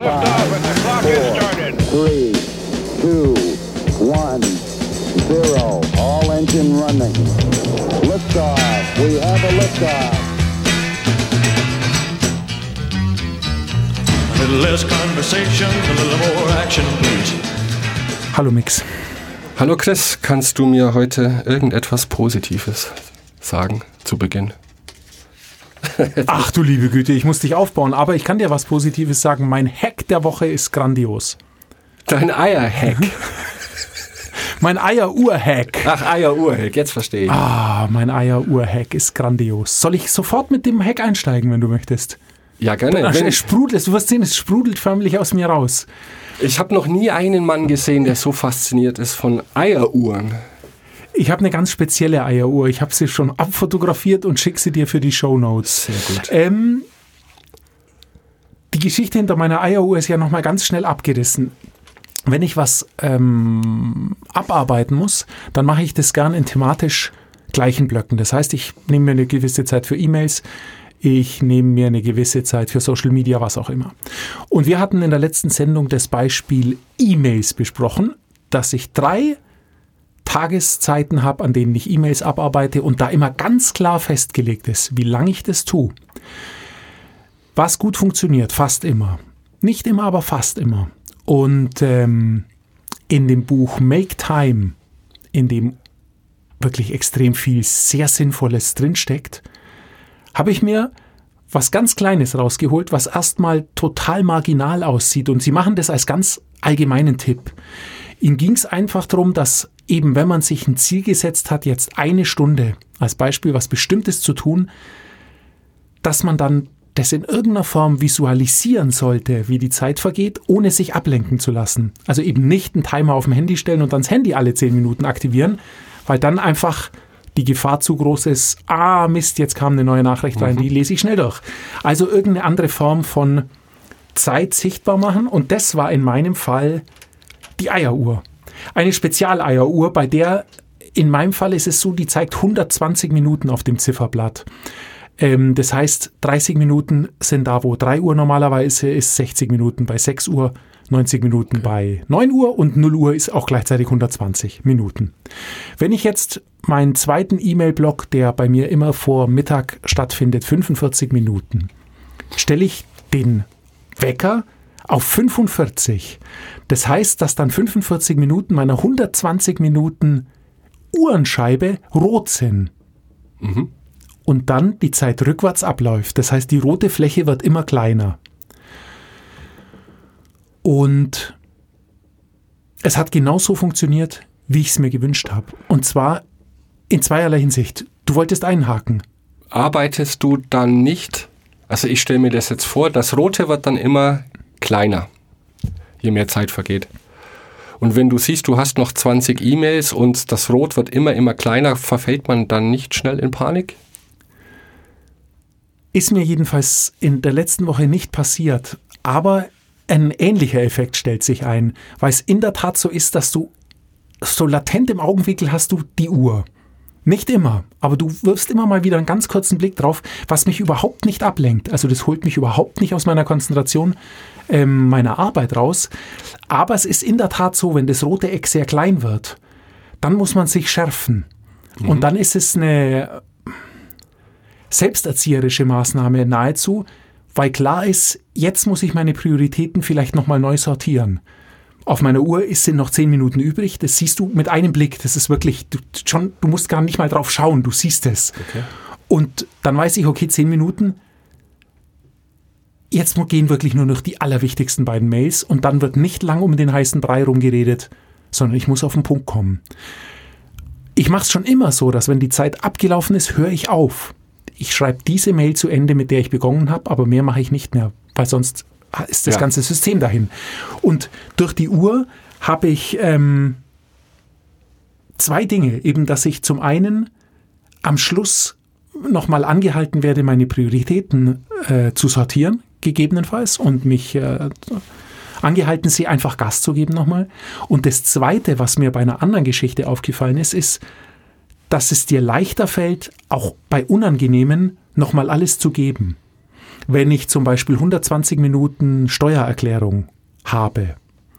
Liftoff and the clock has started. 3, 2, 1, 0. All engine running. Liftoff. We have a liftoff. A little less conversation, a little more action, please. Hallo Mix. Hallo Chris, kannst du mir heute irgendetwas Positives sagen zu Beginn? Ach du liebe Güte, ich muss dich aufbauen, aber ich kann dir was Positives sagen. Mein Hack der Woche ist grandios. Dein Eierhack. Mein Eieruhr-Hack. Ach, Eieruhr-Hack, jetzt verstehe ich. Mein Eieruhr-Hack ist grandios. Soll ich sofort mit dem Hack einsteigen, wenn du möchtest? Ja, gerne. Es sprudelt, du wirst sehen, es sprudelt förmlich aus mir raus. Ich habe noch nie einen Mann gesehen, der so fasziniert ist von Eieruhren. Ich habe eine ganz spezielle Eieruhr. Ich habe sie schon abfotografiert und schicke sie dir für die Shownotes. Sehr gut. Die Geschichte hinter meiner Eieruhr ist ja nochmal ganz schnell abgerissen. Wenn ich was abarbeiten muss, dann mache ich das gern in thematisch gleichen Blöcken. Das heißt, ich nehme mir eine gewisse Zeit für E-Mails, ich nehme mir eine gewisse Zeit für Social Media, was auch immer. Und wir hatten in der letzten Sendung das Beispiel E-Mails besprochen, dass ich 3 Tageszeiten habe, an denen ich E-Mails abarbeite und da immer ganz klar festgelegt ist, wie lange ich das tue. Was gut funktioniert, fast immer. Nicht immer, aber fast immer. Und in dem Buch Make Time, in dem wirklich extrem viel sehr Sinnvolles drinsteckt, habe ich mir was ganz Kleines rausgeholt, was erstmal total marginal aussieht. Und sie machen das als ganz allgemeinen Tipp. Ihnen ging es einfach darum, dass eben, wenn man sich ein Ziel gesetzt hat, jetzt 1 Stunde als Beispiel was Bestimmtes zu tun, dass man dann das in irgendeiner Form visualisieren sollte, wie die Zeit vergeht, ohne sich ablenken zu lassen. Also eben nicht einen Timer auf dem Handy stellen und dann das Handy alle 10 Minuten aktivieren, weil dann einfach die Gefahr zu groß ist, Mist, jetzt kam eine neue Nachricht rein, die lese ich schnell durch. Also irgendeine andere Form von Zeit sichtbar machen und das war in meinem Fall die Eieruhr. Eine Spezial-Eieruhr, bei der in meinem Fall ist es so, die zeigt 120 Minuten auf dem Zifferblatt. Das heißt, 30 Minuten sind da, wo 3 Uhr normalerweise ist, 60 Minuten bei 6 Uhr, 90 Minuten bei 9 Uhr und 0 Uhr ist auch gleichzeitig 120 Minuten. Wenn ich jetzt meinen zweiten E-Mail-Block, der bei mir immer vor Mittag stattfindet, 45 Minuten, stelle ich den Wecker auf 45. Das heißt, dass dann 45 Minuten meiner 120 Minuten Uhrenscheibe rot sind. Und dann die Zeit rückwärts abläuft. Das heißt, die rote Fläche wird immer kleiner. Und es hat genauso funktioniert, wie ich es mir gewünscht habe. Und zwar in zweierlei Hinsicht. Du wolltest einhaken. Arbeitest du dann nicht, also ich stelle mir das jetzt vor, das Rote wird dann immer kleiner, je mehr Zeit vergeht. Und wenn du siehst, du hast noch 20 E-Mails und das Rot wird immer kleiner, verfällt man dann nicht schnell in Panik? Ist mir jedenfalls in der letzten Woche nicht passiert, aber ein ähnlicher Effekt stellt sich ein, weil es in der Tat so ist, dass du so latent im Augenwinkel hast du die Uhr. Nicht immer, aber du wirfst immer mal wieder einen ganz kurzen Blick drauf, was mich überhaupt nicht ablenkt. Also das holt mich überhaupt nicht aus meiner Konzentration, meiner Arbeit raus. Aber es ist in der Tat so, wenn das rote Eck sehr klein wird, dann muss man sich schärfen. Und dann ist es eine selbsterzieherische Maßnahme nahezu, weil klar ist, jetzt muss ich meine Prioritäten vielleicht nochmal neu sortieren. Auf meiner Uhr sind noch 10 Minuten übrig, das siehst du mit einem Blick, das ist wirklich, du musst gar nicht mal drauf schauen, du siehst es. Okay. Und dann weiß ich, okay, 10 Minuten, jetzt gehen wirklich nur noch die allerwichtigsten beiden Mails und dann wird nicht lang um den heißen Brei rumgeredet, sondern ich muss auf den Punkt kommen. Ich mache es schon immer so, dass wenn die Zeit abgelaufen ist, höre ich auf. Ich schreibe diese Mail zu Ende, mit der ich begonnen habe, aber mehr mache ich nicht mehr, weil sonst ist das ganze System dahin. Und durch die Uhr habe ich 2 Dinge. Eben, dass ich zum einen am Schluss nochmal angehalten werde, meine Prioritäten zu sortieren, gegebenenfalls, und mich angehalten, sie einfach Gas zu geben nochmal. Und das Zweite, was mir bei einer anderen Geschichte aufgefallen ist, dass es dir leichter fällt, auch bei Unangenehmen nochmal alles zu geben. wenn ich zum Beispiel 120 Minuten Steuererklärung habe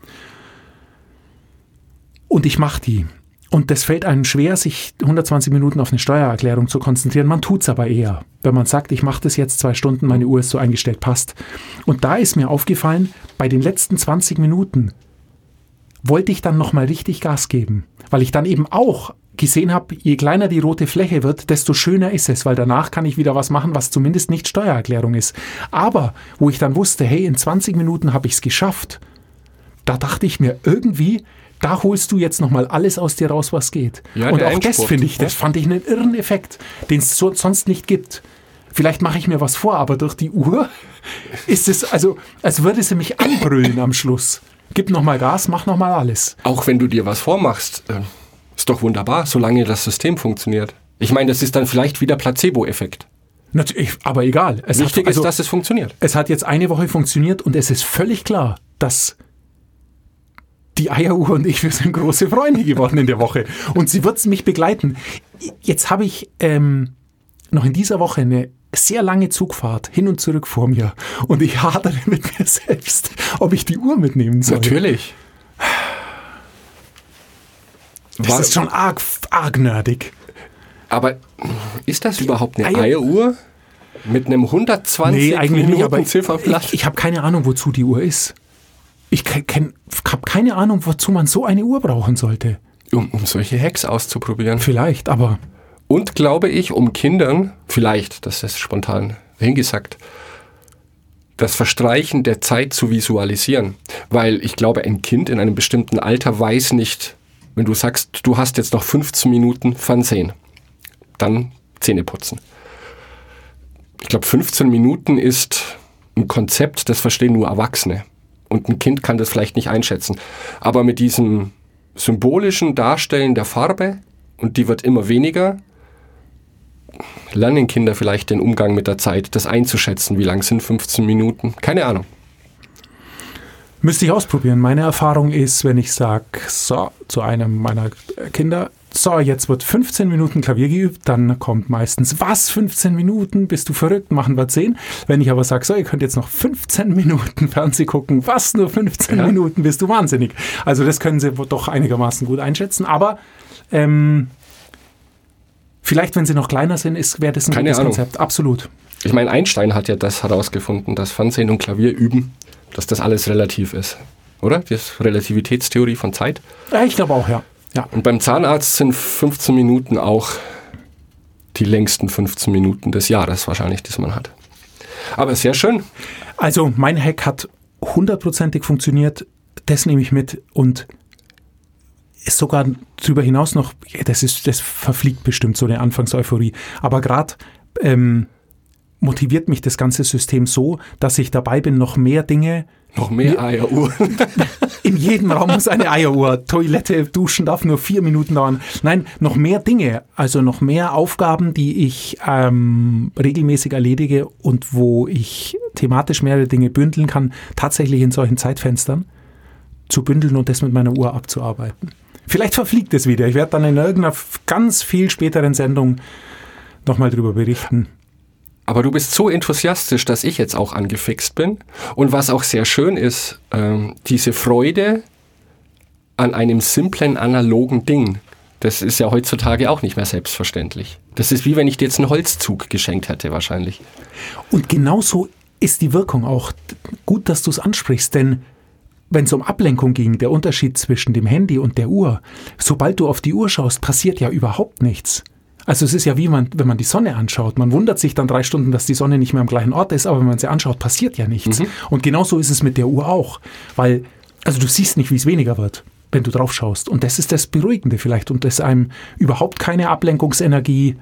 und ich mache die und das fällt einem schwer, sich 120 Minuten auf eine Steuererklärung zu konzentrieren. Man tut es aber eher, wenn man sagt, ich mache das jetzt 2 Stunden, meine Uhr ist so eingestellt, passt. Und da ist mir aufgefallen, bei den letzten 20 Minuten wollte ich dann nochmal richtig Gas geben, weil ich dann eben auch gesehen habe, je kleiner die rote Fläche wird, desto schöner ist es, weil danach kann ich wieder was machen, was zumindest nicht Steuererklärung ist. Aber wo ich dann wusste, hey, in 20 Minuten habe ich es geschafft, da dachte ich mir irgendwie, da holst du jetzt nochmal alles aus dir raus, was geht. Ja, und der auch das Endspurt, das fand ich einen irren Effekt, den es sonst nicht gibt. Vielleicht mache ich mir was vor, aber durch die Uhr ist es, also als würde sie mich anbrüllen am Schluss. Gib nochmal Gas, mach nochmal alles. Auch wenn du dir was vormachst, ist doch wunderbar, solange das System funktioniert. Ich meine, das ist dann vielleicht wieder Placebo-Effekt. Natürlich, aber egal. Wichtig ist, dass es funktioniert. Es hat jetzt eine Woche funktioniert und es ist völlig klar, dass die Eieruhr und ich, wir sind große Freunde geworden in der Woche. Und sie wird mich begleiten. Jetzt habe ich noch in dieser Woche eine sehr lange Zugfahrt hin und zurück vor mir. Und ich hadere mit mir selbst, ob ich die Uhr mitnehmen soll. Natürlich. Das ist schon arg nerdig. Aber ist das überhaupt eine Eieruhr? Mit einem 120 Minuten Zifferblatt? Ich habe keine Ahnung, wozu die Uhr ist. Ich habe keine Ahnung, wozu man so eine Uhr brauchen sollte. Um solche Hacks auszuprobieren. Vielleicht, aber... Und glaube ich, um Kindern, vielleicht, das ist spontan hingesagt, das Verstreichen der Zeit zu visualisieren. Weil ich glaube, ein Kind in einem bestimmten Alter weiß nicht, wenn du sagst, du hast jetzt noch 15 Minuten Fernsehen, dann Zähne putzen. Ich glaube, 15 Minuten ist ein Konzept, das verstehen nur Erwachsene. Und ein Kind kann das vielleicht nicht einschätzen. Aber mit diesem symbolischen Darstellen der Farbe, und die wird immer weniger, lernen Kinder vielleicht den Umgang mit der Zeit, das einzuschätzen. Wie lang sind 15 Minuten? Keine Ahnung. Müsste ich ausprobieren. Meine Erfahrung ist, wenn ich sage, so, zu einem meiner Kinder, so, jetzt wird 15 Minuten Klavier geübt, dann kommt meistens, was, 15 Minuten, bist du verrückt, machen wir 10. Wenn ich aber sage, so, ihr könnt jetzt noch 15 Minuten Fernsehen gucken, was, nur 15 Minuten, bist du wahnsinnig. Also das können sie doch einigermaßen gut einschätzen, aber vielleicht, wenn sie noch kleiner sind, wäre das ein gutes Konzept, absolut. Ich meine, Einstein hat ja das herausgefunden, dass Fernsehen und Klavier üben, dass das alles relativ ist, oder? Die Relativitätstheorie von Zeit. Ja, ich glaube auch, ja. Und beim Zahnarzt sind 15 Minuten auch die längsten 15 Minuten des Jahres wahrscheinlich, das man hat. Aber sehr schön. Also mein Hack hat 100%ig funktioniert, das nehme ich mit und ist sogar darüber hinaus noch, das verfliegt bestimmt so eine Anfangseuphorie, aber gerade motiviert mich das ganze System so, dass ich dabei bin, noch mehr Dinge... Noch mehr Eieruhren. In jedem Raum muss eine Eieruhr. Toilette, Duschen darf nur 4 Minuten dauern. Nein, noch mehr Dinge, also noch mehr Aufgaben, die ich regelmäßig erledige und wo ich thematisch mehrere Dinge bündeln kann, tatsächlich in solchen Zeitfenstern zu bündeln und das mit meiner Uhr abzuarbeiten. Vielleicht verfliegt es wieder. Ich werde dann in irgendeiner ganz viel späteren Sendung nochmal drüber berichten. Aber du bist so enthusiastisch, dass ich jetzt auch angefixt bin. Und was auch sehr schön ist, diese Freude an einem simplen, analogen Ding. Das ist ja heutzutage auch nicht mehr selbstverständlich. Das ist wie wenn ich dir jetzt einen Holzzug geschenkt hätte wahrscheinlich. Und genauso ist die Wirkung auch. Gut, dass du es ansprichst, denn wenn es um Ablenkung ging, der Unterschied zwischen dem Handy und der Uhr, sobald du auf die Uhr schaust, passiert ja überhaupt nichts. Also es ist ja wie wenn man die Sonne anschaut. Man wundert sich dann 3 Stunden, dass die Sonne nicht mehr am gleichen Ort ist, aber wenn man sie anschaut, passiert ja nichts. Mhm. Und genauso ist es mit der Uhr auch. Weil, also du siehst nicht, wie es weniger wird, wenn du drauf schaust. Und das ist das Beruhigende vielleicht. Und das einem überhaupt keine Ablenkungsenergie.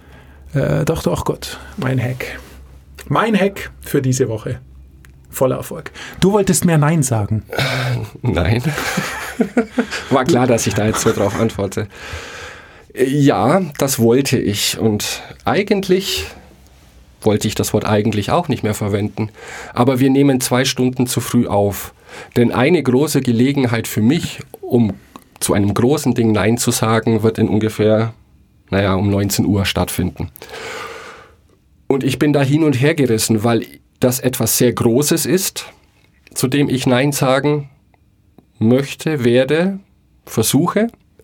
Doch, Gott, mein Hack. Mein Hack für diese Woche. Voller Erfolg. Du wolltest mehr Nein sagen. Nein. War klar, dass ich da jetzt so drauf antworte. Ja, das wollte ich. Und eigentlich wollte ich das Wort eigentlich auch nicht mehr verwenden. Aber wir nehmen 2 Stunden zu früh auf. Denn eine große Gelegenheit für mich, um zu einem großen Ding Nein zu sagen, wird in ungefähr, um 19 Uhr stattfinden. Und ich bin da hin und her gerissen, weil das etwas sehr Großes ist, zu dem ich Nein sagen möchte, werde, versuche,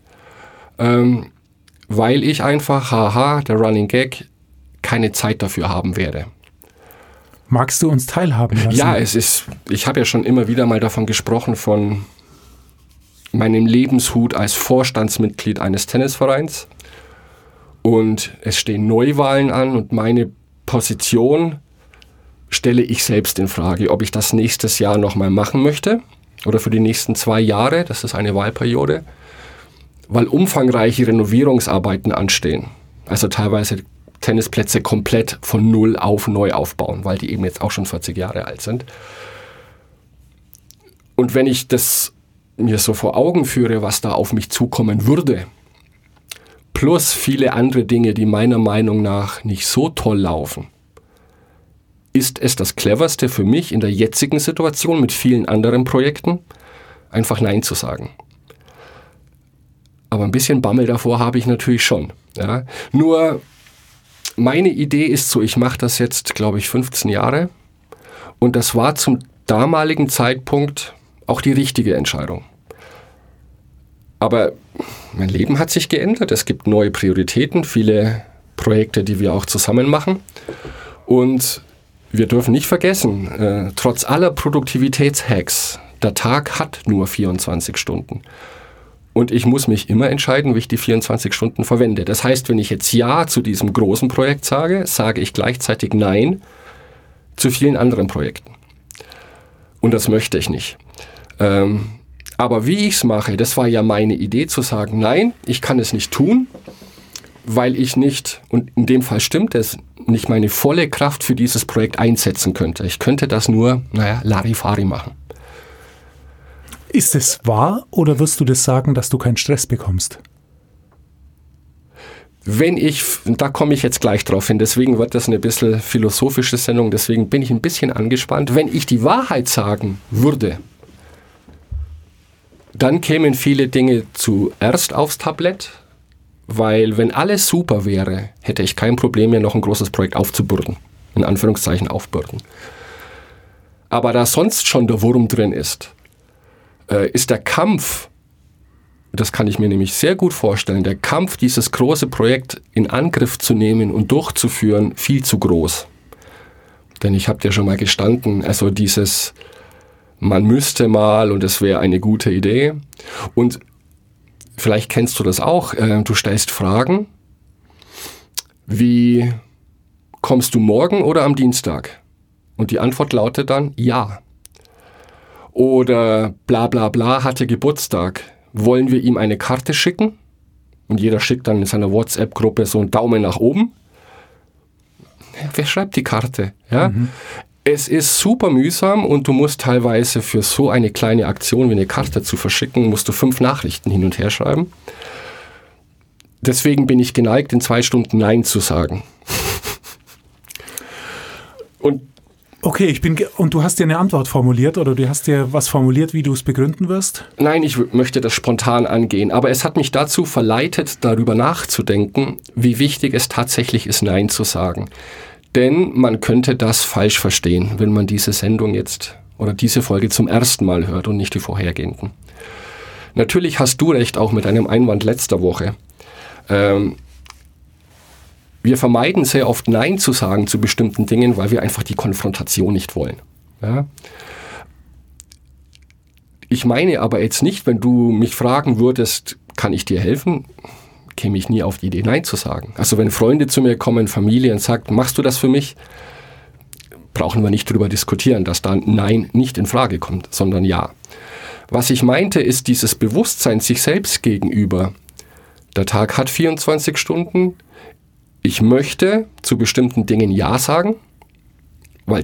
weil ich einfach, der Running Gag, keine Zeit dafür haben werde. Magst du uns teilhaben lassen? Ja, ich habe ja schon immer wieder mal davon gesprochen, von meinem Lebenshut als Vorstandsmitglied eines Tennisvereins. Und es stehen Neuwahlen an und meine Position stelle ich selbst in Frage, ob ich das nächstes Jahr nochmal machen möchte oder für die nächsten 2 Jahre, das ist eine Wahlperiode, weil umfangreiche Renovierungsarbeiten anstehen. Also teilweise Tennisplätze komplett von null auf neu aufbauen, weil die eben jetzt auch schon 40 Jahre alt sind. Und wenn ich das mir so vor Augen führe, was da auf mich zukommen würde, plus viele andere Dinge, die meiner Meinung nach nicht so toll laufen, ist es das Cleverste für mich in der jetzigen Situation mit vielen anderen Projekten, einfach Nein zu sagen. Aber ein bisschen Bammel davor habe ich natürlich schon. Ja. Nur meine Idee ist so, ich mache das jetzt, glaube ich, 15 Jahre und das war zum damaligen Zeitpunkt auch die richtige Entscheidung. Aber mein Leben hat sich geändert, es gibt neue Prioritäten, viele Projekte, die wir auch zusammen machen und wir dürfen nicht vergessen, trotz aller Produktivitätshacks, der Tag hat nur 24 Stunden. Und ich muss mich immer entscheiden, wie ich die 24 Stunden verwende. Das heißt, wenn ich jetzt Ja zu diesem großen Projekt sage, sage ich gleichzeitig Nein zu vielen anderen Projekten. Und das möchte ich nicht. Aber wie ich es mache, das war ja meine Idee, zu sagen, nein, ich kann es nicht tun, weil ich nicht, und in dem Fall stimmt es, nicht meine volle Kraft für dieses Projekt einsetzen könnte. Ich könnte das nur, Larifari machen. Ist es wahr oder wirst du das sagen, dass du keinen Stress bekommst? Da komme ich jetzt gleich drauf hin, deswegen wird das eine bisschen philosophische Sendung, deswegen bin ich ein bisschen angespannt. Wenn ich die Wahrheit sagen würde, dann kämen viele Dinge zuerst aufs Tablett, weil wenn alles super wäre, hätte ich kein Problem mehr, noch ein großes Projekt aufzubürden. In Anführungszeichen aufbürden. Aber da sonst schon der Wurm drin ist der Kampf, das kann ich mir nämlich sehr gut vorstellen, der Kampf, dieses große Projekt in Angriff zu nehmen und durchzuführen, viel zu groß. Denn ich habe dir schon mal gestanden, also dieses, man müsste mal und es wäre eine gute Idee. Und vielleicht kennst du das auch, du stellst Fragen, wie kommst du morgen oder am Dienstag? Und die Antwort lautet dann ja. Oder bla bla bla hatte Geburtstag. Wollen wir ihm eine Karte schicken? Und jeder schickt dann in seiner WhatsApp-Gruppe so einen Daumen nach oben. Wer schreibt die Karte? Ja? Es ist super mühsam und du musst teilweise für so eine kleine Aktion wie eine Karte zu verschicken, musst du 5 Nachrichten hin und her schreiben. Deswegen bin ich geneigt, in 2 Stunden Nein zu sagen. Und okay, und du hast dir eine Antwort formuliert oder du hast dir was formuliert, wie du es begründen wirst? Nein, ich möchte das spontan angehen, aber es hat mich dazu verleitet, darüber nachzudenken, wie wichtig es tatsächlich ist, Nein zu sagen. Denn man könnte das falsch verstehen, wenn man diese Sendung jetzt oder diese Folge zum ersten Mal hört und nicht die vorhergehenden. Natürlich hast du recht, auch mit einem Einwand letzter Woche. Wir vermeiden sehr oft Nein zu sagen zu bestimmten Dingen, weil wir einfach die Konfrontation nicht wollen. Ja? Ich meine aber jetzt nicht, wenn du mich fragen würdest, kann ich dir helfen, käme ich nie auf die Idee, Nein zu sagen. Also wenn Freunde zu mir kommen, Familie und sagt, machst du das für mich? Brauchen wir nicht darüber diskutieren, dass da Nein nicht in Frage kommt, sondern Ja. Was ich meinte, ist dieses Bewusstsein sich selbst gegenüber. Der Tag hat 24 Stunden. Ich möchte zu bestimmten Dingen Ja sagen, weil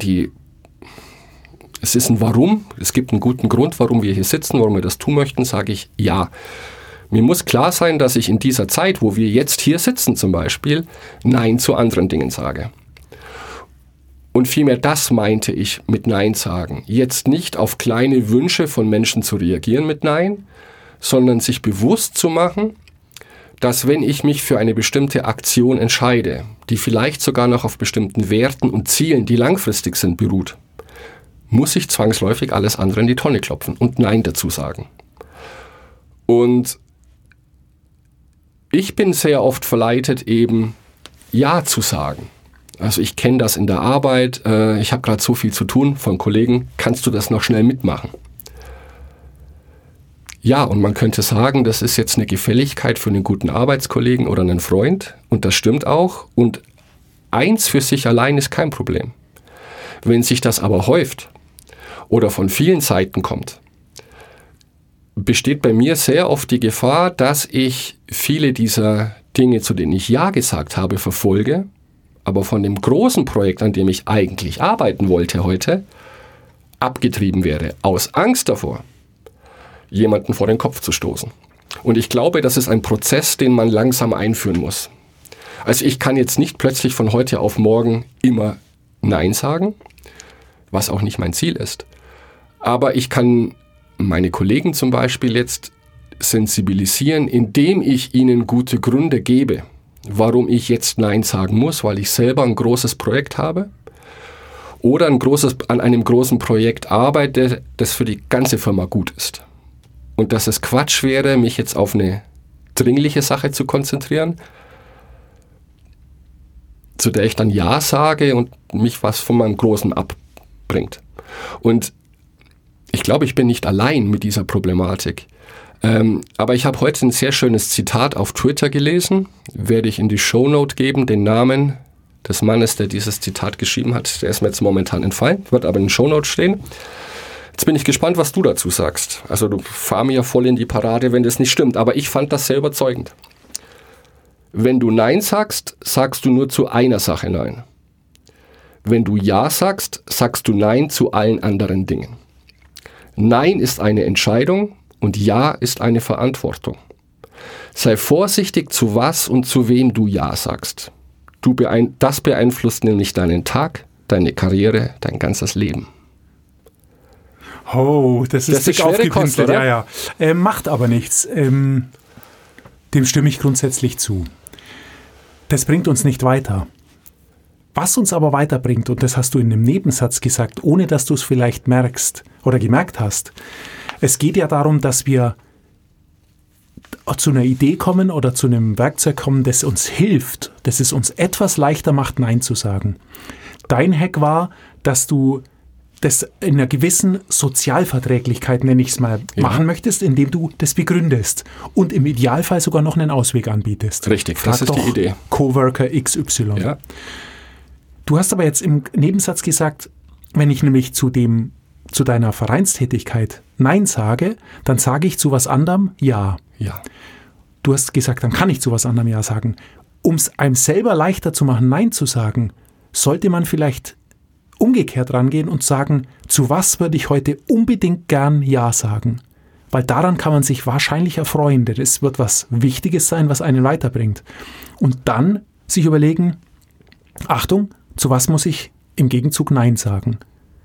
es ist ein Warum, es gibt einen guten Grund, warum wir hier sitzen, warum wir das tun möchten, sage ich Ja. Mir muss klar sein, dass ich in dieser Zeit, wo wir jetzt hier sitzen zum Beispiel, Nein zu anderen Dingen sage. Und vielmehr das meinte ich mit Nein sagen. Jetzt nicht auf kleine Wünsche von Menschen zu reagieren mit Nein, sondern sich bewusst zu machen, dass wenn ich mich für eine bestimmte Aktion entscheide, die vielleicht sogar noch auf bestimmten Werten und Zielen, die langfristig sind, beruht, muss ich zwangsläufig alles andere in die Tonne klopfen und Nein dazu sagen. Und ich bin sehr oft verleitet, eben Ja zu sagen. Also ich kenne das in der Arbeit, ich habe gerade so viel zu tun von Kollegen, kannst du das noch schnell mitmachen? Ja, und man könnte sagen, das ist jetzt eine Gefälligkeit für einen guten Arbeitskollegen oder einen Freund, und das stimmt auch, und eins für sich allein ist kein Problem. Wenn sich das aber häuft oder von vielen Seiten kommt, besteht bei mir sehr oft die Gefahr, dass ich viele dieser Dinge, zu denen ich Ja gesagt habe, verfolge, aber von dem großen Projekt, an dem ich eigentlich arbeiten wollte heute, abgetrieben wäre, aus Angst davor, jemanden vor den Kopf zu stoßen. Und ich glaube, das ist ein Prozess, den man langsam einführen muss. Also ich kann jetzt nicht plötzlich von heute auf morgen immer Nein sagen, was auch nicht mein Ziel ist. Aber ich kann meine Kollegen zum Beispiel jetzt sensibilisieren, indem ich ihnen gute Gründe gebe, warum ich jetzt Nein sagen muss, weil ich selber ein großes Projekt habe oder an einem großen Projekt arbeite, das für die ganze Firma gut ist. Und dass es Quatsch wäre, mich jetzt auf eine dringliche Sache zu konzentrieren, zu der ich dann Ja sage und mich was von meinem Großen abbringt. Und ich glaube, ich bin nicht allein mit dieser Problematik. Aber ich habe heute ein sehr schönes Zitat auf Twitter gelesen, werde ich in die Shownote geben, den Namen des Mannes, der dieses Zitat geschrieben hat, der ist mir jetzt momentan entfallen, wird aber in den Shownote stehen. Jetzt bin ich gespannt, was du dazu sagst. Also du fahr mir voll in die Parade, wenn das nicht stimmt, aber ich fand das sehr überzeugend. Wenn du Nein sagst, sagst du nur zu einer Sache Nein. Wenn du Ja sagst, sagst du Nein zu allen anderen Dingen. Nein ist eine Entscheidung und Ja ist eine Verantwortung. Sei vorsichtig, zu was und zu wem du Ja sagst. Das beeinflusst nämlich deinen Tag, deine Karriere, dein ganzes Leben. Oh, das ist dick aufgekünstelt, ja. Macht aber nichts. Dem stimme ich grundsätzlich zu. Das bringt uns nicht weiter. Was uns aber weiterbringt, und das hast du in einem Nebensatz gesagt, ohne dass du es vielleicht merkst oder gemerkt hast, es geht ja darum, dass wir zu einer Idee kommen oder zu einem Werkzeug kommen, das uns hilft, dass es uns etwas leichter macht, Nein zu sagen. Dein Hack war, dass du das in einer gewissen Sozialverträglichkeit, nenne ich es mal, machen möchtest, indem du das begründest und im Idealfall sogar noch einen Ausweg anbietest. Richtig, das ist die Idee. Coworker XY. Ja. Du hast aber jetzt im Nebensatz gesagt, wenn ich nämlich zu deiner Vereinstätigkeit Nein sage, dann sage ich zu was anderem Ja. Ja. Du hast gesagt, dann kann ich zu was anderem Ja sagen. Um es einem selber leichter zu machen, Nein zu sagen, sollte man vielleicht umgekehrt rangehen und sagen, zu was würde ich heute unbedingt gern Ja sagen? Weil daran kann man sich wahrscheinlich erfreuen, denn es wird was Wichtiges sein, was einen weiterbringt. Und dann sich überlegen, Achtung, zu was muss ich im Gegenzug Nein sagen?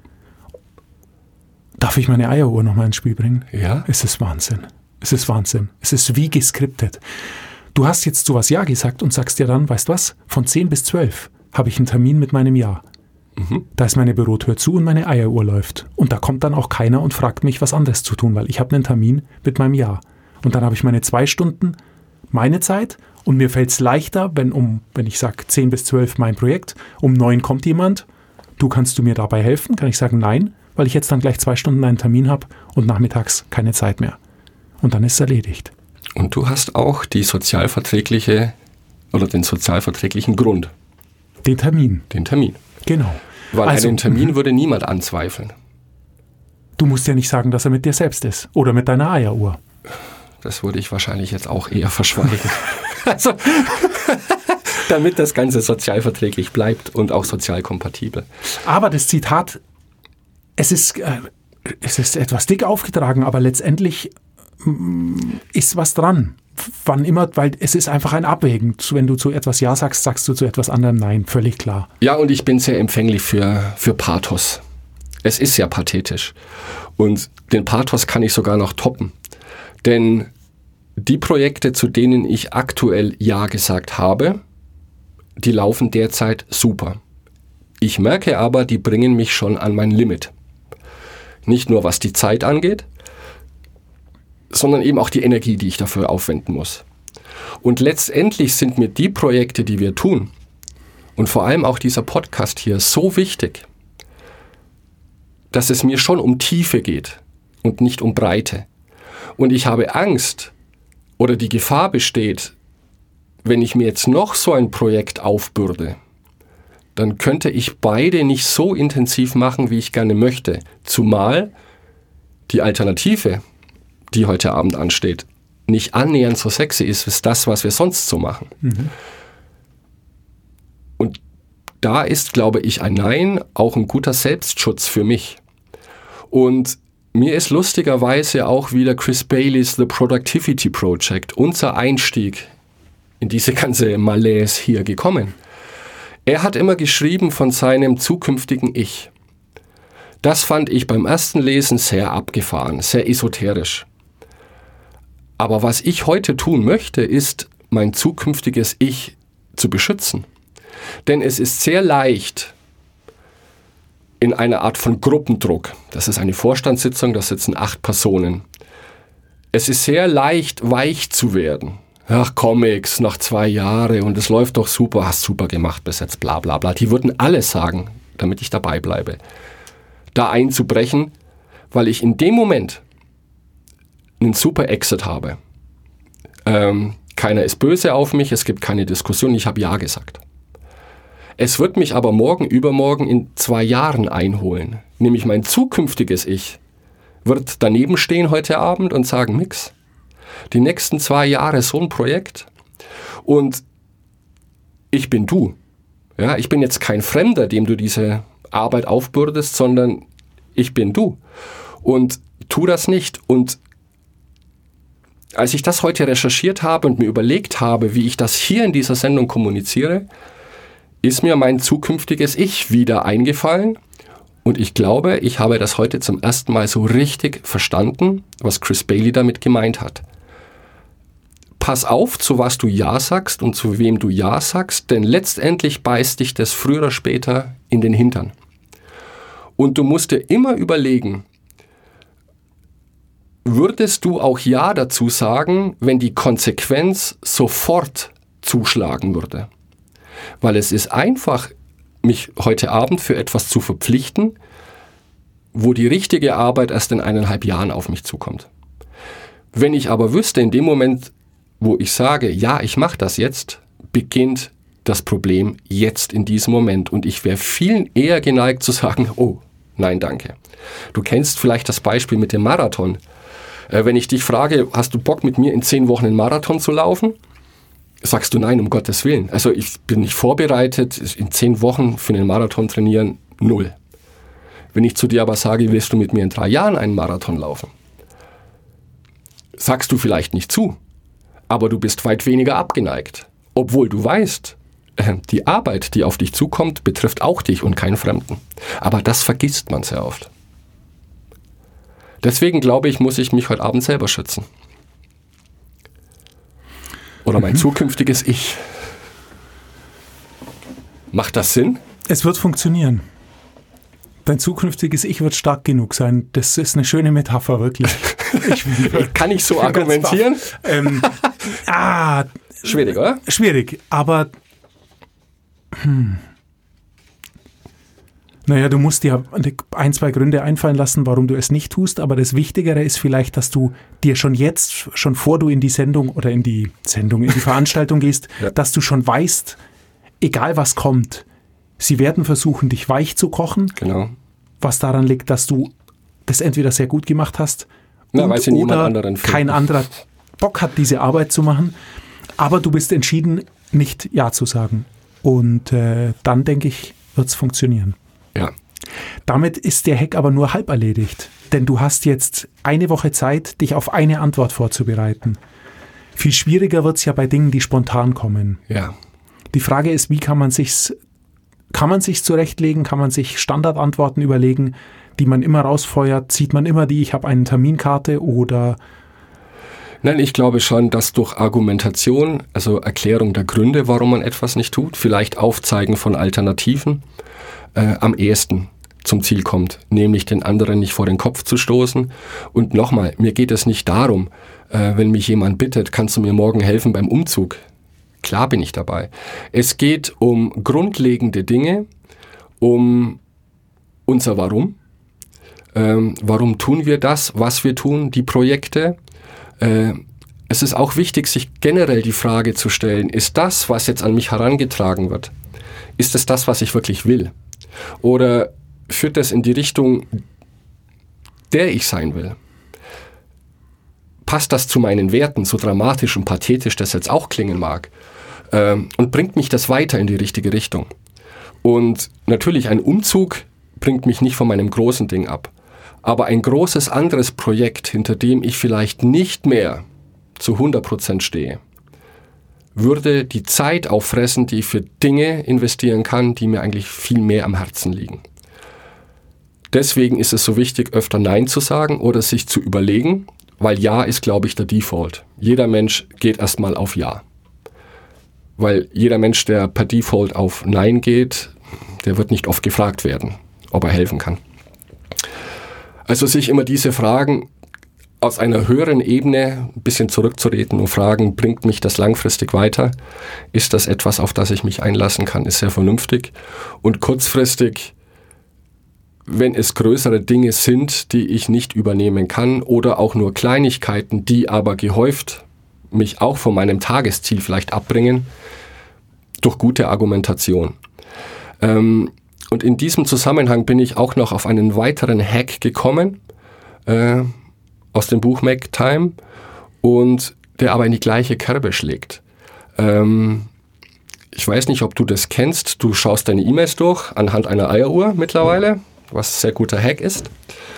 Darf ich meine Eieruhr nochmal ins Spiel bringen? Ja. Es ist Wahnsinn. Es ist Wahnsinn. Es ist wie geskriptet. Du hast jetzt zu was Ja gesagt und sagst dir dann, weißt was, von 10 bis 12 habe ich einen Termin mit meinem Ja. Da ist meine Bürotür zu und meine Eieruhr läuft. Und da kommt dann auch keiner und fragt mich, was anderes zu tun, weil ich habe einen Termin mit meinem Ja. Und dann habe ich meine 2 Stunden, meine Zeit, und mir fällt es leichter, wenn ich sage 10 bis 12 mein Projekt, um 9 kommt jemand, kannst du mir dabei helfen? Kann ich sagen nein, weil ich jetzt dann gleich 2 Stunden einen Termin habe und nachmittags keine Zeit mehr. Und dann ist es erledigt. Und du hast auch den sozialverträglichen Grund. Den Termin. Genau. Weil einen Termin würde niemand anzweifeln. Du musst ja nicht sagen, dass er mit dir selbst ist oder mit deiner Eieruhr. Das würde ich wahrscheinlich jetzt auch eher verschweigen. Also, damit das Ganze sozialverträglich bleibt und auch sozial kompatibel. Aber das Zitat, es ist etwas dick aufgetragen, aber letztendlich ist was dran. Wann immer, weil es ist einfach ein Abwägen. Wenn du zu etwas Ja sagst, sagst du zu etwas anderem Nein, völlig klar. Ja, und ich bin sehr empfänglich für Pathos. Es ist ja pathetisch. Und den Pathos kann ich sogar noch toppen. Denn die Projekte, zu denen ich aktuell Ja gesagt habe, die laufen derzeit super. Ich merke aber, die bringen mich schon an mein Limit. Nicht nur was die Zeit angeht, sondern eben auch die Energie, die ich dafür aufwenden muss. Und letztendlich sind mir die Projekte, die wir tun, und vor allem auch dieser Podcast hier, so wichtig, dass es mir schon um Tiefe geht und nicht um Breite. Und ich habe Angst oder die Gefahr besteht, wenn ich mir jetzt noch so ein Projekt aufbürde, dann könnte ich beide nicht so intensiv machen, wie ich gerne möchte. Zumal die Alternative, die heute Abend ansteht, nicht annähernd so sexy ist, wie das, was wir sonst so machen. Mhm. Und da ist, glaube ich, ein Nein auch ein guter Selbstschutz für mich. Und mir ist lustigerweise auch wieder Chris Baileys The Productivity Project, unser Einstieg in diese ganze Malaise hier gekommen. Er hat immer geschrieben von seinem zukünftigen Ich. Das fand ich beim ersten Lesen sehr abgefahren, sehr esoterisch. Aber was ich heute tun möchte, ist, mein zukünftiges Ich zu beschützen. Denn es ist sehr leicht, in einer Art von Gruppendruck, das ist eine Vorstandssitzung, da sitzen 8 Personen, es ist sehr leicht, weich zu werden. Ach, Comics, nach 2 Jahren und es läuft doch super, hast super gemacht bis jetzt, bla bla bla. Die würden alles sagen, damit ich dabei bleibe. Da einzubrechen, weil ich in dem Moment einen super Exit habe. Keiner ist böse auf mich, es gibt keine Diskussion, ich habe Ja gesagt. Es wird mich aber morgen, übermorgen in 2 Jahren einholen. Nämlich mein zukünftiges Ich wird daneben stehen heute Abend und sagen, nix. Die nächsten 2 Jahre so ein Projekt und ich bin du. Ja, ich bin jetzt kein Fremder, dem du diese Arbeit aufbürdest, sondern ich bin du. Und tu das nicht. Und als ich das heute recherchiert habe und mir überlegt habe, wie ich das hier in dieser Sendung kommuniziere, ist mir mein zukünftiges Ich wieder eingefallen. Und ich glaube, ich habe das heute zum ersten Mal so richtig verstanden, was Chris Bailey damit gemeint hat. Pass auf, zu was du Ja sagst und zu wem du Ja sagst, denn letztendlich beißt dich das früher oder später in den Hintern. Und du musst dir immer überlegen, würdest du auch Ja dazu sagen, wenn die Konsequenz sofort zuschlagen würde? Weil es ist einfach, mich heute Abend für etwas zu verpflichten, wo die richtige Arbeit erst in 1,5 Jahren auf mich zukommt. Wenn ich aber wüsste, in dem Moment, wo ich sage, ja, ich mache das jetzt, beginnt das Problem jetzt in diesem Moment. Und ich wäre viel eher geneigt zu sagen, oh, nein, danke. Du kennst vielleicht das Beispiel mit dem Marathon. Wenn ich dich frage, hast du Bock mit mir in 10 Wochen einen Marathon zu laufen? Sagst du nein, um Gottes Willen. Also ich bin nicht vorbereitet, in 10 Wochen für einen Marathon trainieren, 0. Wenn ich zu dir aber sage, willst du mit mir in 3 Jahren einen Marathon laufen? Sagst du vielleicht nicht zu, aber du bist weit weniger abgeneigt. Obwohl du weißt, die Arbeit, die auf dich zukommt, betrifft auch dich und keinen Fremden. Aber das vergisst man sehr oft. Deswegen glaube ich, muss ich mich heute Abend selber schützen. Oder mein zukünftiges Ich. Macht das Sinn? Es wird funktionieren. Dein zukünftiges Ich wird stark genug sein. Das ist eine schöne Metapher, wirklich. Kann ich so argumentieren? Schwierig, oder? Schwierig, aber naja, du musst dir 1, 2 Gründe einfallen lassen, warum du es nicht tust, aber das Wichtigere ist vielleicht, dass du dir schon jetzt, schon vor du in die Sendung oder in die Veranstaltung gehst, ja, dass du schon weißt, egal was kommt, sie werden versuchen, dich weich zu kochen, genau, was daran liegt, dass du das entweder sehr gut gemacht hast oder kein anderer Bock hat, diese Arbeit zu machen, aber du bist entschieden, nicht Ja zu sagen. Und dann, denke ich, wird es funktionieren. Ja. Damit ist der Hack aber nur halb erledigt, denn du hast jetzt 1 Woche Zeit, dich auf eine Antwort vorzubereiten. Viel schwieriger wird es ja bei Dingen, die spontan kommen. Ja. Die Frage ist, wie kann man sich's zurechtlegen, kann man sich Standardantworten überlegen, die man immer rausfeuert, zieht man immer die, ich habe eine Terminkarte oder... Nein, ich glaube schon, dass durch Argumentation, also Erklärung der Gründe, warum man etwas nicht tut, vielleicht Aufzeigen von Alternativen, am ehesten zum Ziel kommt, nämlich den anderen nicht vor den Kopf zu stoßen. Und nochmal, mir geht es nicht darum, wenn mich jemand bittet, kannst du mir morgen helfen beim Umzug? Klar bin ich dabei. Es geht um grundlegende Dinge, um unser Warum. Warum tun wir das, was wir tun, die Projekte? Es ist auch wichtig, sich generell die Frage zu stellen, ist das, was jetzt an mich herangetragen wird, ist es das, was ich wirklich will? Oder führt das in die Richtung, der ich sein will? Passt das zu meinen Werten, so dramatisch und pathetisch das jetzt auch klingen mag? Und bringt mich das weiter in die richtige Richtung? Und natürlich, ein Umzug bringt mich nicht von meinem großen Ding ab. Aber ein großes anderes Projekt, hinter dem ich vielleicht nicht mehr zu 100% stehe, würde die Zeit auffressen, die ich für Dinge investieren kann, die mir eigentlich viel mehr am Herzen liegen. Deswegen ist es so wichtig, öfter Nein zu sagen oder sich zu überlegen, weil Ja ist, glaube ich, der Default. Jeder Mensch geht erstmal auf Ja. Weil jeder Mensch, der per Default auf Nein geht, der wird nicht oft gefragt werden, ob er helfen kann. Also sich immer diese Fragen aus einer höheren Ebene ein bisschen zurückzureden und fragen, bringt mich das langfristig weiter? Ist das etwas, auf das ich mich einlassen kann? Ist sehr vernünftig. Und kurzfristig, wenn es größere Dinge sind, die ich nicht übernehmen kann oder auch nur Kleinigkeiten, die aber gehäuft mich auch von meinem Tagesziel vielleicht abbringen, durch gute Argumentation. Und in diesem Zusammenhang bin ich auch noch auf einen weiteren Hack gekommen, aus dem Buch Make Time, und der aber in die gleiche Kerbe schlägt. Ich weiß nicht, ob du das kennst. Du schaust deine E-Mails durch anhand einer Eieruhr mittlerweile, was ein sehr guter Hack ist.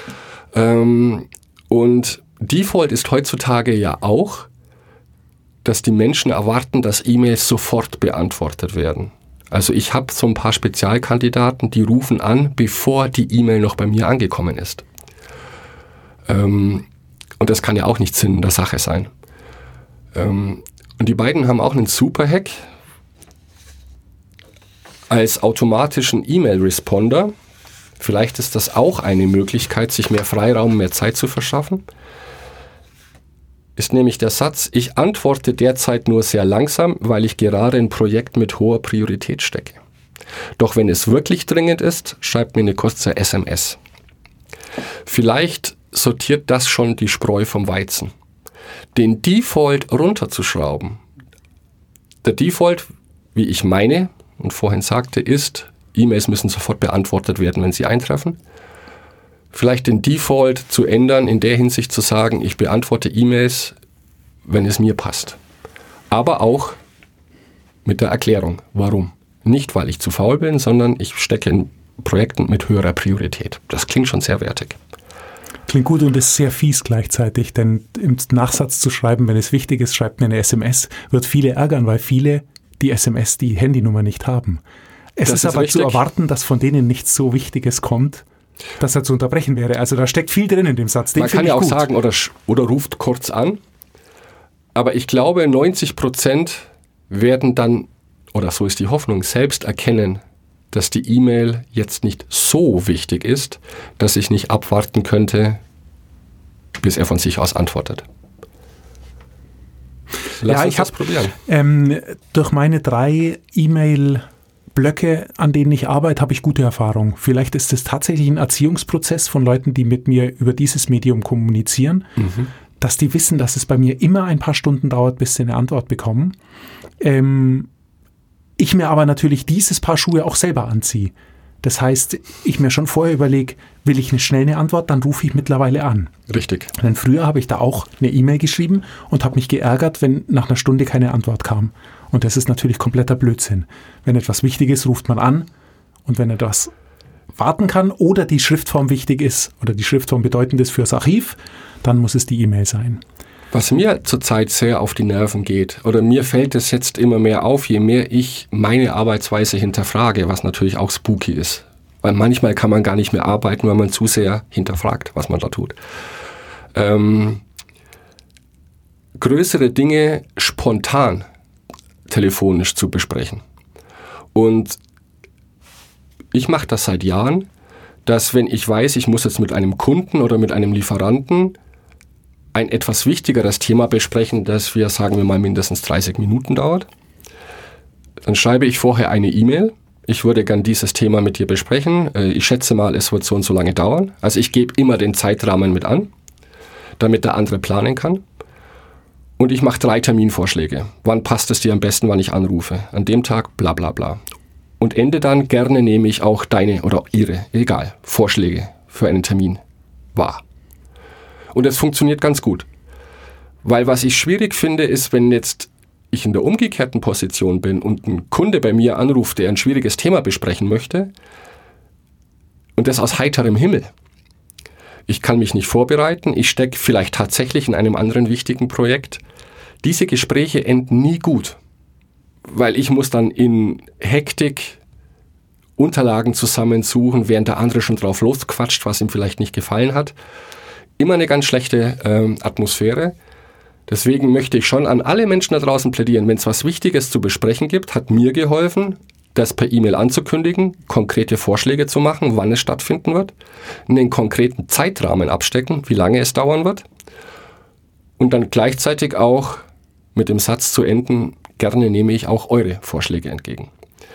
Und Default ist heutzutage ja auch, dass die Menschen erwarten, dass E-Mails sofort beantwortet werden. Also ich habe so ein paar Spezialkandidaten, die rufen an, bevor die E-Mail noch bei mir angekommen ist. Und das kann ja auch nicht Sinn der Sache sein. Und die beiden haben auch einen Super-Hack als automatischen E-Mail-Responder. Vielleicht ist das auch eine Möglichkeit, sich mehr Freiraum, mehr Zeit zu verschaffen. Ist nämlich der Satz, ich antworte derzeit nur sehr langsam, weil ich gerade ein Projekt mit hoher Priorität stecke. Doch wenn es wirklich dringend ist, schreibt mir eine kurze SMS. Vielleicht sortiert das schon die Spreu vom Weizen. Den Default runterzuschrauben. Der Default, wie ich meine und vorhin sagte, ist, E-Mails müssen sofort beantwortet werden, wenn sie eintreffen. Vielleicht den Default zu ändern, in der Hinsicht zu sagen, ich beantworte E-Mails, wenn es mir passt. Aber auch mit der Erklärung, warum. Nicht, weil ich zu faul bin, sondern ich stecke in Projekten mit höherer Priorität. Das klingt schon sehr wertig. Klingt gut und ist sehr fies gleichzeitig, denn im Nachsatz zu schreiben, wenn es wichtig ist, schreibt mir eine SMS, wird viele ärgern, weil viele die SMS, die Handynummer nicht haben. Es ist aber richtig zu erwarten, dass von denen nichts so Wichtiges kommt, dass er zu unterbrechen wäre. Also da steckt viel drin in dem Satz. Den man kann ja auch sagen, oder ruft kurz an, aber ich glaube, 90% werden dann, oder so ist die Hoffnung, selbst erkennen, dass die E-Mail jetzt nicht so wichtig ist, dass ich nicht abwarten könnte, bis er von sich aus antwortet. Lass uns das probieren. Durch meine 3 E-Mail-Blöcke, an denen ich arbeite, habe ich gute Erfahrung. Vielleicht ist es tatsächlich ein Erziehungsprozess von Leuten, die mit mir über dieses Medium kommunizieren, dass die wissen, dass es bei mir immer ein paar Stunden dauert, bis sie eine Antwort bekommen. Ich mir aber natürlich dieses Paar Schuhe auch selber anziehe. Das heißt, ich mir schon vorher überlege, will ich eine schnelle Antwort, dann rufe ich mittlerweile an. Richtig. Denn früher habe ich da auch eine E-Mail geschrieben und habe mich geärgert, wenn nach einer Stunde keine Antwort kam. Und das ist natürlich kompletter Blödsinn. Wenn etwas wichtig ist, ruft man an, und wenn etwas warten kann oder die Schriftform wichtig ist oder die Schriftform bedeutend ist fürs Archiv, dann muss es die E-Mail sein. Was mir zurzeit sehr auf die Nerven geht, oder mir fällt es jetzt immer mehr auf, je mehr ich meine Arbeitsweise hinterfrage, was natürlich auch spooky ist. Weil manchmal kann man gar nicht mehr arbeiten, weil man zu sehr hinterfragt, was man da tut. größere Dinge spontan telefonisch zu besprechen. Und ich mache das seit Jahren, dass wenn ich weiß, ich muss jetzt mit einem Kunden oder mit einem Lieferanten ein etwas wichtigeres Thema besprechen, das wir, sagen wir mal, mindestens 30 Minuten dauert, dann schreibe ich vorher eine E-Mail. Ich würde gern dieses Thema mit dir besprechen. Ich schätze mal, es wird so und so lange dauern. Also ich gebe immer den Zeitrahmen mit an, damit der andere planen kann. Und ich mache 3 Terminvorschläge. Wann passt es dir am besten, wann ich anrufe? An dem Tag, bla bla bla. Und Ende dann, gerne nehme ich auch deine oder ihre, egal, Vorschläge für einen Termin wahr. Und es funktioniert ganz gut. Weil was ich schwierig finde, ist, wenn jetzt ich in der umgekehrten Position bin und ein Kunde bei mir anruft, der ein schwieriges Thema besprechen möchte und das aus heiterem Himmel. Ich kann mich nicht vorbereiten, ich stecke vielleicht tatsächlich in einem anderen wichtigen Projekt. Diese Gespräche enden nie gut, weil ich muss dann in Hektik Unterlagen zusammensuchen, während der andere schon drauf losquatscht, was ihm vielleicht nicht gefallen hat. Immer eine ganz schlechte Atmosphäre. Deswegen möchte ich schon an alle Menschen da draußen plädieren, wenn es was Wichtiges zu besprechen gibt, hat mir geholfen, das per E-Mail anzukündigen, konkrete Vorschläge zu machen, wann es stattfinden wird, einen konkreten Zeitrahmen abstecken, wie lange es dauern wird und dann gleichzeitig auch mit dem Satz zu enden, gerne nehme ich auch eure Vorschläge entgegen.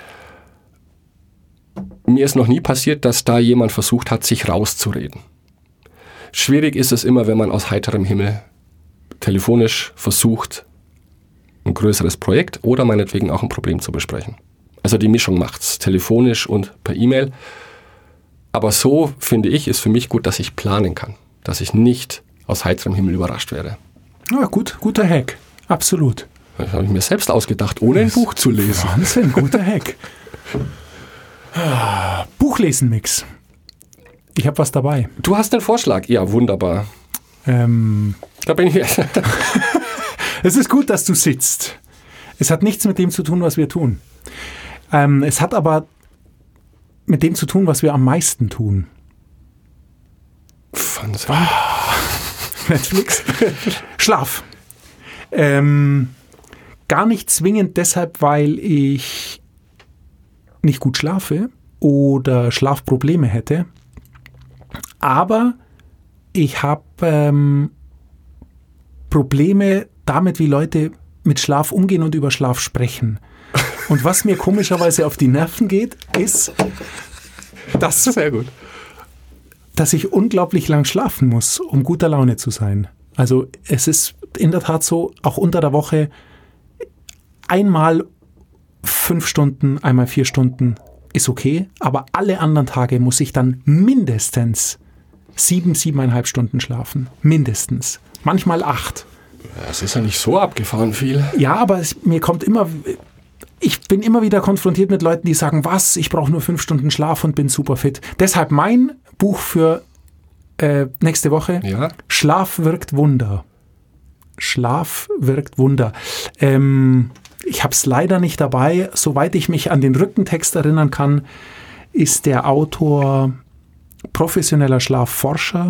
Mir ist noch nie passiert, dass da jemand versucht hat, sich rauszureden. Schwierig ist es immer, wenn man aus heiterem Himmel telefonisch versucht, ein größeres Projekt oder meinetwegen auch ein Problem zu besprechen. Also die Mischung macht's, telefonisch und per E-Mail. Aber so, finde ich, ist für mich gut, dass ich planen kann, dass ich nicht aus heiterem Himmel überrascht werde. Ja, guter Hack, absolut. Das habe ich mir selbst ausgedacht, ohne ein Buch zu lesen. Wahnsinn, guter Hack. Buchlesen-Mix. Ich habe was dabei. Du hast einen Vorschlag? Ja, wunderbar. Da bin ich. Es ist gut, dass du sitzt. Es hat nichts mit dem zu tun, was wir tun. Es hat aber mit dem zu tun, was wir am meisten tun. Netflix. Schlaf. Gar nicht zwingend deshalb, weil ich nicht gut schlafe oder Schlafprobleme hätte. Aber ich habe Probleme damit, wie Leute mit Schlaf umgehen und über Schlaf sprechen. Und was mir komischerweise auf die Nerven geht, ist, Sehr gut. dass ich unglaublich lang schlafen muss, um guter Laune zu sein. Also es ist in der Tat so, auch unter der Woche einmal 5 Stunden, einmal 4 Stunden ist okay, aber alle anderen Tage muss ich dann mindestens 7,5 Stunden schlafen. Mindestens. Manchmal 8. Es ist ja nicht so abgefahren viel. Ja, aber ich bin immer wieder konfrontiert mit Leuten, die sagen, was, ich brauche nur 5 Stunden Schlaf und bin super fit. Deshalb mein Buch für nächste Woche, Ja. Schlaf wirkt Wunder. Schlaf wirkt Wunder. Ich habe es leider nicht dabei. Soweit ich mich an den Rückentext erinnern kann, ist der Autor professioneller Schlafforscher,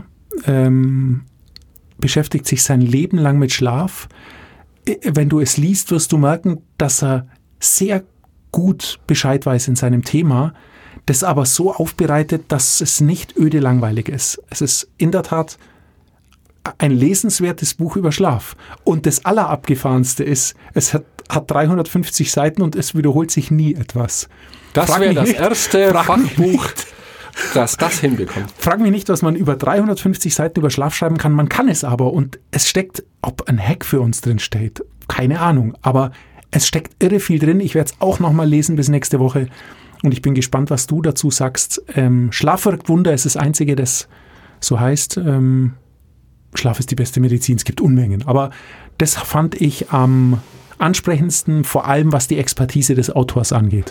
beschäftigt sich sein Leben lang mit Schlaf. Wenn du es liest, wirst du merken, dass er sehr gut Bescheid weiß in seinem Thema, das aber so aufbereitet, dass es nicht öde langweilig ist. Es ist in der Tat ein lesenswertes Buch über Schlaf. Und das Allerabgefahrenste ist, es hat 350 Seiten und es wiederholt sich nie etwas. Das wäre das erste Fachbuch, das hinbekommt. Frag mich nicht, was man über 350 Seiten über Schlaf schreiben kann. Man kann es aber. Und es steckt, ob ein Hack für uns drin steht, keine Ahnung. Aber es steckt irre viel drin. Ich werde es auch nochmal lesen bis nächste Woche. Und ich bin gespannt, was du dazu sagst. Schlaf wirkt Wunder ist das Einzige, das so heißt. Schlaf ist die beste Medizin. Es gibt Unmengen. Aber das fand ich am ansprechendsten, vor allem was die Expertise des Autors angeht.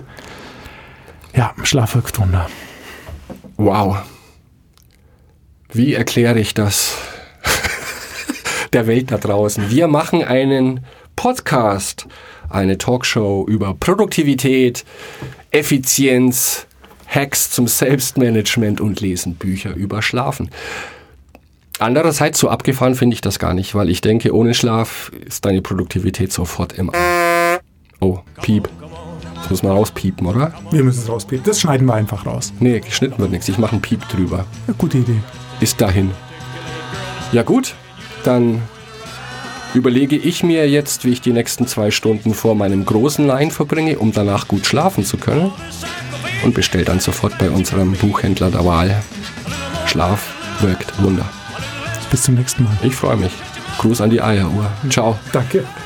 Ja, Schlaf wirkt Wunder. Wow. Wie erkläre ich das der Welt da draußen? Wir machen einen Podcast, eine Talkshow über Produktivität, Effizienz, Hacks zum Selbstmanagement und lesen Bücher über Schlafen. Andererseits, so abgefahren finde ich das gar nicht, weil ich denke, ohne Schlaf ist deine Produktivität sofort im Oh, Piep. Das muss man rauspiepen, oder? Wir müssen es rauspiepen. Das schneiden wir einfach raus. Nee, geschnitten wird nichts. Ich mache einen Piep drüber. Ja, gute Idee. Bis dahin. Ja gut, dann überlege ich mir jetzt, wie ich die nächsten 2 Stunden vor meinem großen Line verbringe, um danach gut schlafen zu können. Und bestelle dann sofort bei unserem Buchhändler der Wahl. Schlaf wirkt Wunder. Bis zum nächsten Mal. Ich freue mich. Gruß an die Eieruhr. Ciao. Danke.